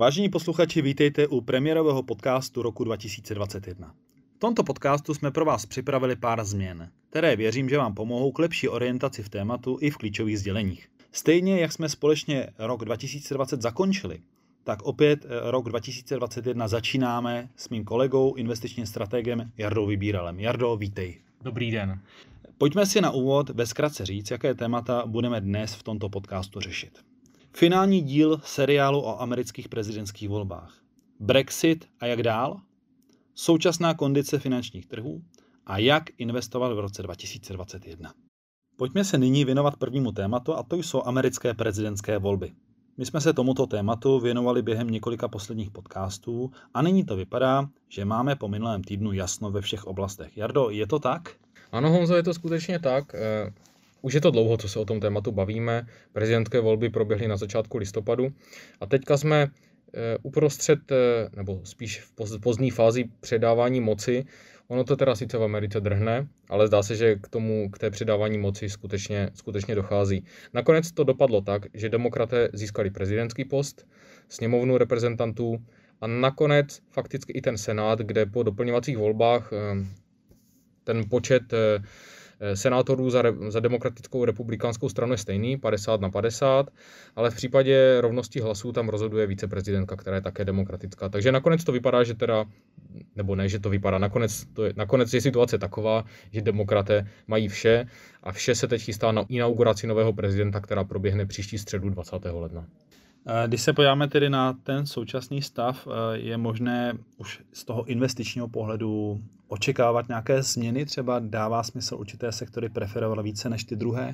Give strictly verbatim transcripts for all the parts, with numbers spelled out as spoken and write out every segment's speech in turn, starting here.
Vážení posluchači, vítejte u premiérového podcastu roku dva tisíce dvacet jedna. V tomto podcastu jsme pro vás připravili pár změn, které věřím, že vám pomohou k lepší orientaci v tématu i v klíčových sděleních. Stejně jak jsme společně rok dva tisíce dvacet zakončili, tak opět rok dva tisíce dvacet jedna začínáme s mým kolegou, investičním strategem Jardou Vybíralem. Jardo, vítej. Dobrý den. Pojďme si na úvod ve zkratce říct, jaké témata budeme dnes v tomto podcastu řešit. Finální díl seriálu o amerických prezidentských volbách. Brexit a jak dál? Současná kondice finančních trhů a jak investovat v roce dva tisíce dvacet jedna. Pojďme se nyní věnovat prvnímu tématu a to jsou americké prezidentské volby. My jsme se tomuto tématu věnovali během několika posledních podcastů a nyní to vypadá, že máme po minulém týdnu jasno ve všech oblastech. Jardo, je to tak? Ano, Honzo, je to skutečně tak. Už je to dlouho, co se o tom tématu bavíme. Prezidentské volby proběhly na začátku listopadu a teďka jsme uprostřed, nebo spíš v pozdní fázi předávání moci. Ono to teda sice v Americe drhne, ale zdá se, že k tomu, k té předávání moci skutečně, skutečně dochází. Nakonec to dopadlo tak, že demokraté získali prezidentský post, sněmovnu reprezentantů a nakonec fakticky i ten senát, kde po doplňovacích volbách ten počet senátorů za, za demokratickou republikánskou stranu je stejný, padesát na padesát, ale v případě rovnosti hlasů tam rozhoduje viceprezidentka, která je také demokratická. Takže nakonec to vypadá, že teda, nebo ne, že to vypadá, nakonec, to je, nakonec je situace taková, že demokraté mají vše a vše se teď chystá na inauguraci nového prezidenta, která proběhne příští středu dvacátého ledna. Když se podíváme tedy na ten současný stav, je možné už z toho investičního pohledu očekávat nějaké změny? Třeba dává smysl určité sektory preferovat více než ty druhé?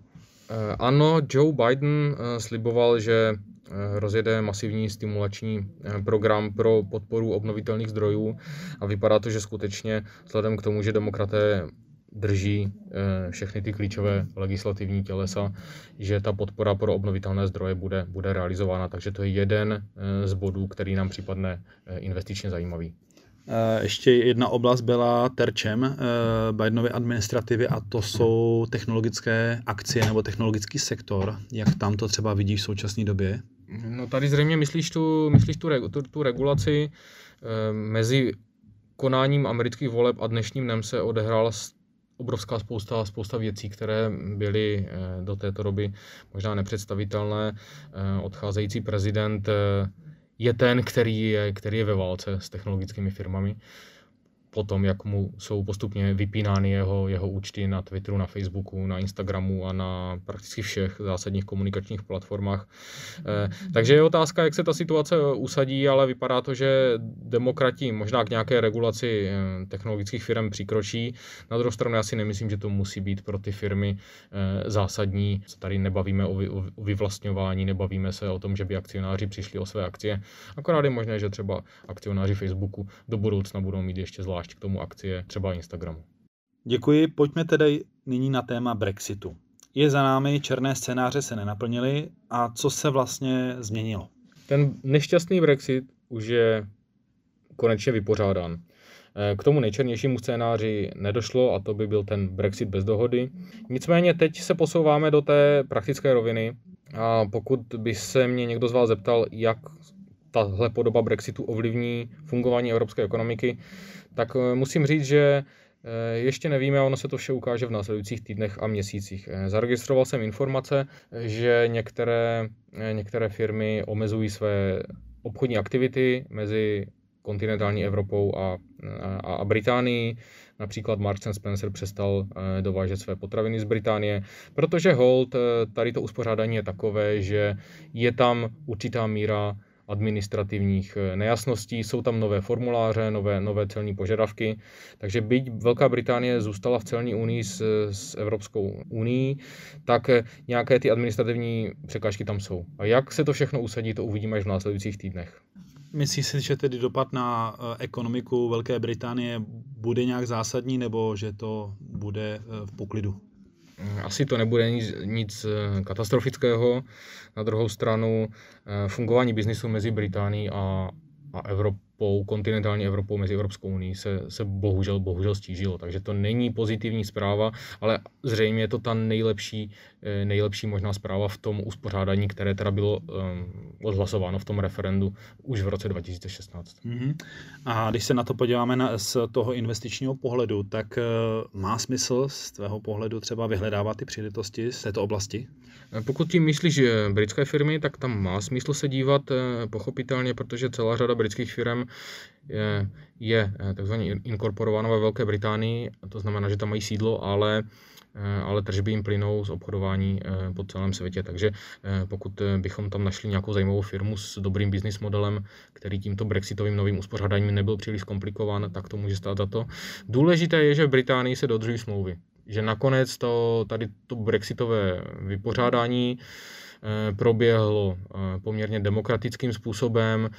Ano, Joe Biden sliboval, že rozjede masivní stimulační program pro podporu obnovitelných zdrojů a vypadá to, že skutečně vzhledem k tomu, že demokraté drží všechny ty klíčové legislativní tělesa, že ta podpora pro obnovitelné zdroje bude, bude realizována. Takže to je jeden z bodů, který nám připadne investičně zajímavý. Ještě jedna oblast byla terčem Bidenovy administrativy a to jsou technologické akcie nebo technologický sektor. Jak tam to třeba vidíš v současné době? No tady zřejmě myslíš tu, myslíš tu, tu, tu regulaci mezi konáním amerických voleb a dnešním dnem se odehrála obrovská spousta, spousta věcí, které byly do této doby možná nepředstavitelné. Odcházející prezident je ten, který je, který je ve válce s technologickými firmami. Potom, jak mu jsou postupně vypínány jeho, jeho účty na Twitteru, na Facebooku, na Instagramu a na prakticky všech zásadních komunikačních platformách. Eh, takže je otázka, jak se ta situace usadí, ale vypadá to, že demokrati možná k nějaké regulaci eh, technologických firm přikročí. Na druhou stranu já si nemyslím, že to musí být pro ty firmy eh, zásadní. Tady nebavíme o, vy, o vyvlastňování, nebavíme se o tom, že by akcionáři přišli o své akcie. Akorát je možné, že třeba akcionáři Facebooku do budoucna budou mít ještě zvlášť k tomu akcie třeba Instagramu. Děkuji, pojďme tedy nyní na téma Brexitu. Je za námi, černé scénáře se nenaplnily a co se vlastně změnilo? Ten nešťastný Brexit už je konečně vypořádán. K tomu nejčernějšímu scénáři nedošlo a to by byl ten Brexit bez dohody. Nicméně teď se posouváme do té praktické roviny a pokud by se mě někdo z vás zeptal, jak tahle podoba Brexitu ovlivní fungování evropské ekonomiky, tak musím říct, že ještě nevíme a ono se to vše ukáže v následujících týdnech a měsících. Zaregistroval jsem informace, že některé, některé firmy omezují své obchodní aktivity mezi kontinentální Evropou a, a, a Británií. Například Marks and Spencer přestal dovážet své potraviny z Británie, protože hold tady to uspořádání je takové, že je tam určitá míra administrativních nejasností, jsou tam nové formuláře, nové, nové celní požadavky, takže byť Velká Británie zůstala v celní unii s, s Evropskou unií, tak nějaké ty administrativní překážky tam jsou. A jak se to všechno usadí, to uvidíme až v následujících týdnech. Myslíš si, že tedy dopad na ekonomiku Velké Británie bude nějak zásadní, nebo že to bude v poklidu? Asi to nebude nic, nic katastrofického. Na druhou stranu fungování biznisu mezi Británií a, a, Evrop, Evropou, kontinentální Evropou, mezi Evropskou unii se, se bohužel, bohužel stížilo. Takže to není pozitivní zpráva, ale zřejmě je to ta nejlepší, nejlepší možná zpráva v tom uspořádání, které teda bylo um, odhlasováno v tom referendu už v roce dva tisíce šestnáct. Mm-hmm. A když se na to podíváme na, z toho investičního pohledu, tak uh, má smysl z tvého pohledu třeba vyhledávat ty příležitosti z této oblasti? Pokud tím myslíš britské firmy, tak tam má smysl se dívat pochopitelně, protože celá řada britských firm je, je takzvaně inkorporována ve Velké Británii, to znamená, že tam mají sídlo, ale ale tržby jim plynou z obchodování po celém světě. Takže pokud bychom tam našli nějakou zajímavou firmu s dobrým business modelem, který tímto brexitovým novým uspořádáním nebyl příliš komplikován, tak to může stát za to. Důležité je, že v Británii se dodržují smlouvy. Že nakonec to, tady to brexitové vypořádání proběhlo poměrně demokratickým způsobem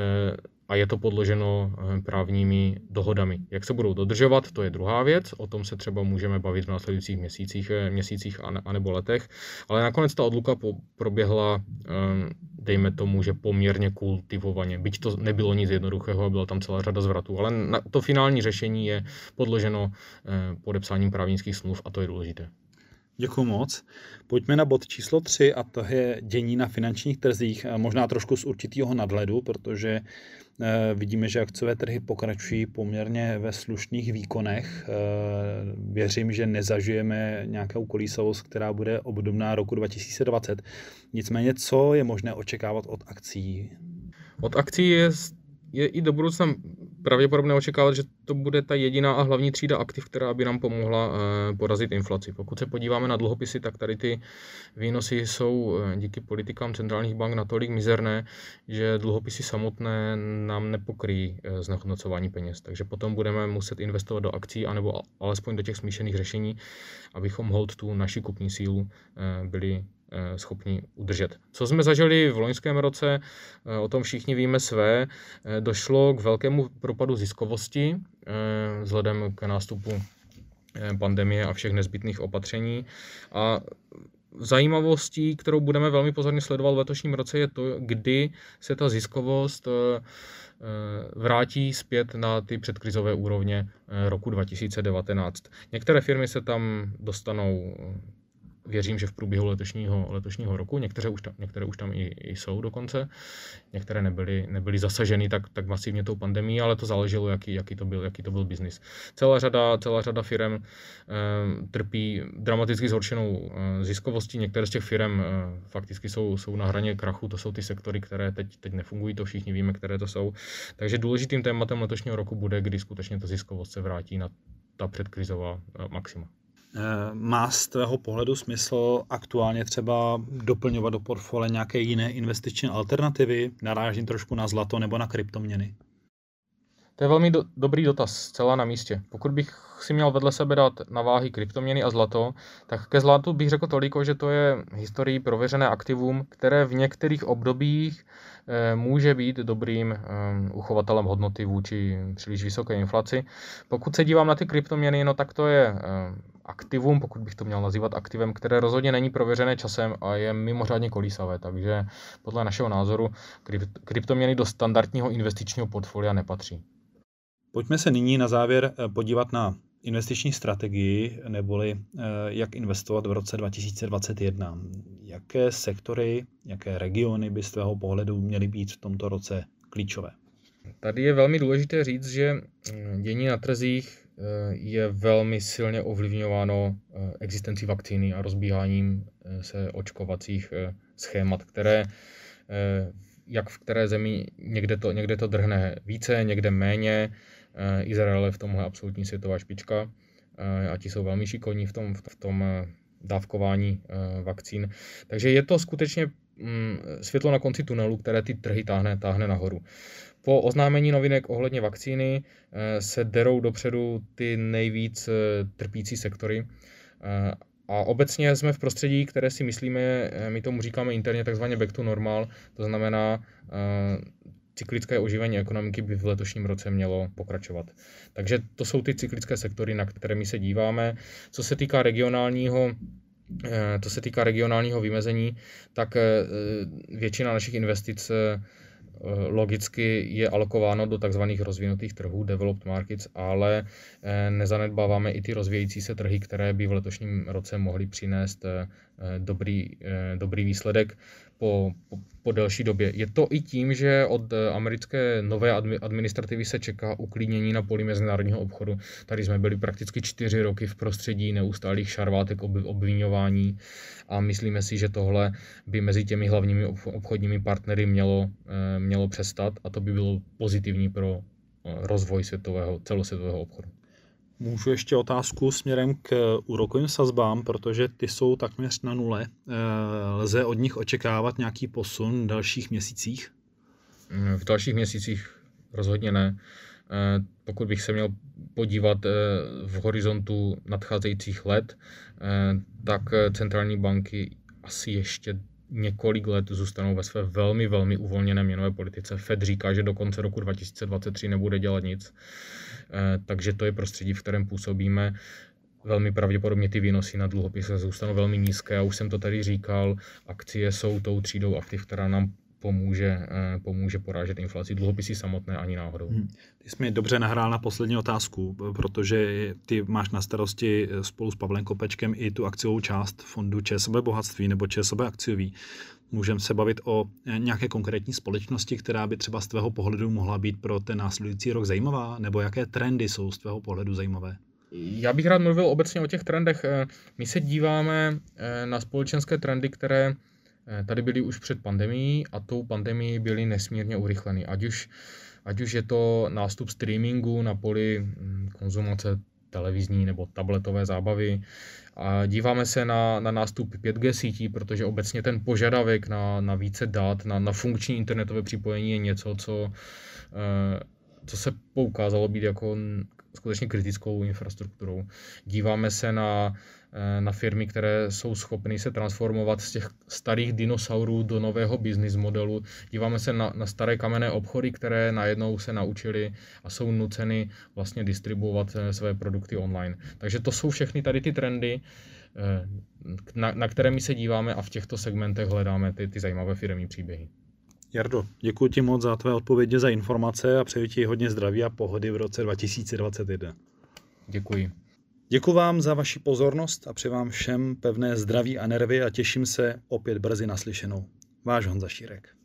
a je to podloženo právními dohodami. Jak se budou dodržovat, to je druhá věc, o tom se třeba můžeme bavit v následujících měsících, měsících anebo letech, ale nakonec ta odluka proběhla, dejme tomu, že poměrně kultivovaně, byť to nebylo nic jednoduchého, byla tam celá řada zvratů, ale to finální řešení je podloženo podepsáním právnických smluv a to je důležité. Děkuji moc. Pojďme na bod číslo tři a to je dění na finančních trzích, možná trošku z určitého nadhledu, protože vidíme, že akciové trhy pokračují poměrně ve slušných výkonech. Věřím, že nezažijeme nějakou kolísavost, která bude obdobná roku dva tisíce dvacet. Nicméně, co je možné očekávat od akcí? Od akcí je Je i do budoucna pravděpodobné očekávat, že to bude ta jediná a hlavní třída aktiv, která by nám pomohla porazit inflaci. Pokud se podíváme na dluhopisy, tak tady ty výnosy jsou díky politikám centrálních bank natolik mizerné, že dluhopisy samotné nám nepokryjí znehodnocování peněz. Takže potom budeme muset investovat do akcí anebo alespoň do těch smíšených řešení, abychom hold tu naši kupní sílu byli schopni udržet. Co jsme zažili v loňském roce, o tom všichni víme své, došlo k velkému propadu ziskovosti vzhledem k nástupu pandemie a všech nezbytných opatření. A zajímavostí, kterou budeme velmi pozorně sledovat v letošním roce, je to, kdy se ta ziskovost vrátí zpět na ty předkrizové úrovně roku dva tisíce devatenáct. Některé firmy se tam dostanou, věřím, že v průběhu letošního, letošního roku, některé už tam, některé už tam i, i jsou dokonce, některé nebyly, nebyly zasaženy tak, tak masivně tou pandemií, ale to záleželo, jaký, jaký to byl, jaký to byl biznis. Celá řada, celá řada firem eh, trpí dramaticky zhoršenou eh, ziskovostí, některé z těch firem eh, fakticky jsou, jsou na hraně krachu, to jsou ty sektory, které teď, teď nefungují, to všichni víme, které to jsou. Takže důležitým tématem letošního roku bude, kdy skutečně ta ziskovost se vrátí na ta předkrizová eh, maxima. Má z tvého pohledu smysl aktuálně třeba doplňovat do portfolia nějaké jiné investiční alternativy? Narážím trošku na zlato nebo na kryptoměny. To je velmi do, dobrý dotaz, zcela na místě. Pokud bych si měl vedle sebe dát na váhy kryptoměny a zlato, tak ke zlatu bych řekl toliko, že to je historií prověřené aktivum, které v některých obdobích e, může být dobrým e, uchovatelem hodnoty vůči příliš vysoké inflaci. Pokud se dívám na ty kryptoměny, no tak to je e, aktivum, pokud bych to měl nazývat aktivem, které rozhodně není prověřené časem a je mimořádně kolísavé, takže podle našeho názoru kryptoměny do standardního investičního portfolia nepatří. Pojďme se nyní na závěr podívat na investiční strategii, neboli jak investovat v roce dva tisíce dvacet jedna. Jaké sektory, jaké regiony by z tvého pohledu měly být v tomto roce klíčové? Tady je velmi důležité říct, že dění na trzích je velmi silně ovlivňováno existencí vakcíny a rozbíháním se očkovacích schémat, které jak v které zemi někde to, někde to drhne více, někde méně. Izrael je v tomhle absolutní světová špička a ti jsou velmi šikovní v tom, v tom dávkování vakcín. Takže je to skutečně světlo na konci tunelu, které ty trhy táhne, táhne nahoru. Po oznámení novinek ohledně vakcíny se derou dopředu ty nejvíc trpící sektory. A obecně jsme v prostředí, které si myslíme, my tomu říkáme interně takzvaně back to normal, to znamená cyklické oživení ekonomiky by v letošním roce mělo pokračovat. Takže to jsou ty cyklické sektory, na které my se díváme. Co se týká regionálního To se týká regionálního vymezení, tak většina našich investic logicky je alokováno do takzvaných rozvinutých trhů, developed markets, ale nezanedbáváme i ty rozvíjející se trhy, které by v letošním roce mohly přinést dobrý, dobrý výsledek po, po, po delší době. Je to i tím, že od americké nové administrativy se čeká uklidnění na poli mezinárodního obchodu. Tady jsme byli prakticky čtyři roky v prostředí neustálých šarvátek, obviňování a myslíme si, že tohle by mezi těmi hlavními obchodními partnery mělo, mělo přestat a to by bylo pozitivní pro rozvoj světového, celosvětového obchodu. Můžu ještě otázku směrem k úrokovým sazbám, protože ty jsou takměř na nule. Lze od nich očekávat nějaký posun v dalších měsících? V dalších měsících rozhodně ne. Pokud bych se měl podívat v horizontu nadcházejících let, tak centrální banky asi ještě několik let zůstanou ve své velmi, velmi uvolněné měnové politice. Fed říká, že do konce roku dva tisíce dvacet tři nebude dělat nic, takže to je prostředí, v kterém působíme. Velmi pravděpodobně ty výnosy na dluhopisech zůstanou velmi nízké. Já už jsem to tady říkal, akcie jsou tou třídou aktiv, která nám pomůže, pomůže porážet inflaci. Dluhopisy samotné ani náhodou. Hmm. Ty jsi mi dobře nahrál na poslední otázku, protože ty máš na starosti spolu s Pavlem Kopečkem i tu akciovou část fondu ČSOB bohatství nebo ČSOB akciový. Můžeme se bavit o nějaké konkrétní společnosti, která by třeba z tvého pohledu mohla být pro ten následující rok zajímavá, nebo jaké trendy jsou z tvého pohledu zajímavé? Já bych rád mluvil obecně o těch trendech. My se díváme na společenské trendy, které tady byly už před pandemií a tou pandemií byly nesmírně urychleny. Ať už, ať už je to nástup streamingu na poli konzumace televizní nebo tabletové zábavy. A díváme se na, na nástup pět G sítí, protože obecně ten požadavek na, na více dat, na, na funkční internetové připojení je něco, co, co se poukázalo být jako skutečně kritickou infrastrukturou. Díváme se na, na firmy, které jsou schopny se transformovat z těch starých dinosaurů do nového business modelu. Díváme se na, na staré kamenné obchody, které najednou se naučily a jsou nuceny vlastně distribuovat své produkty online. Takže to jsou všechny tady ty trendy, na, na které my se díváme a v těchto segmentech hledáme ty, ty zajímavé firemní příběhy. Jardo, děkuji ti moc za tvé odpovědi, za informace a přeji ti hodně zdraví a pohody v roce dva tisíce dvacet jedna. Děkuji. Děkuji vám za vaši pozornost a přeji vám všem pevné zdraví a nervy a těším se opět brzy naslyšenou. Váš Honza Šírek.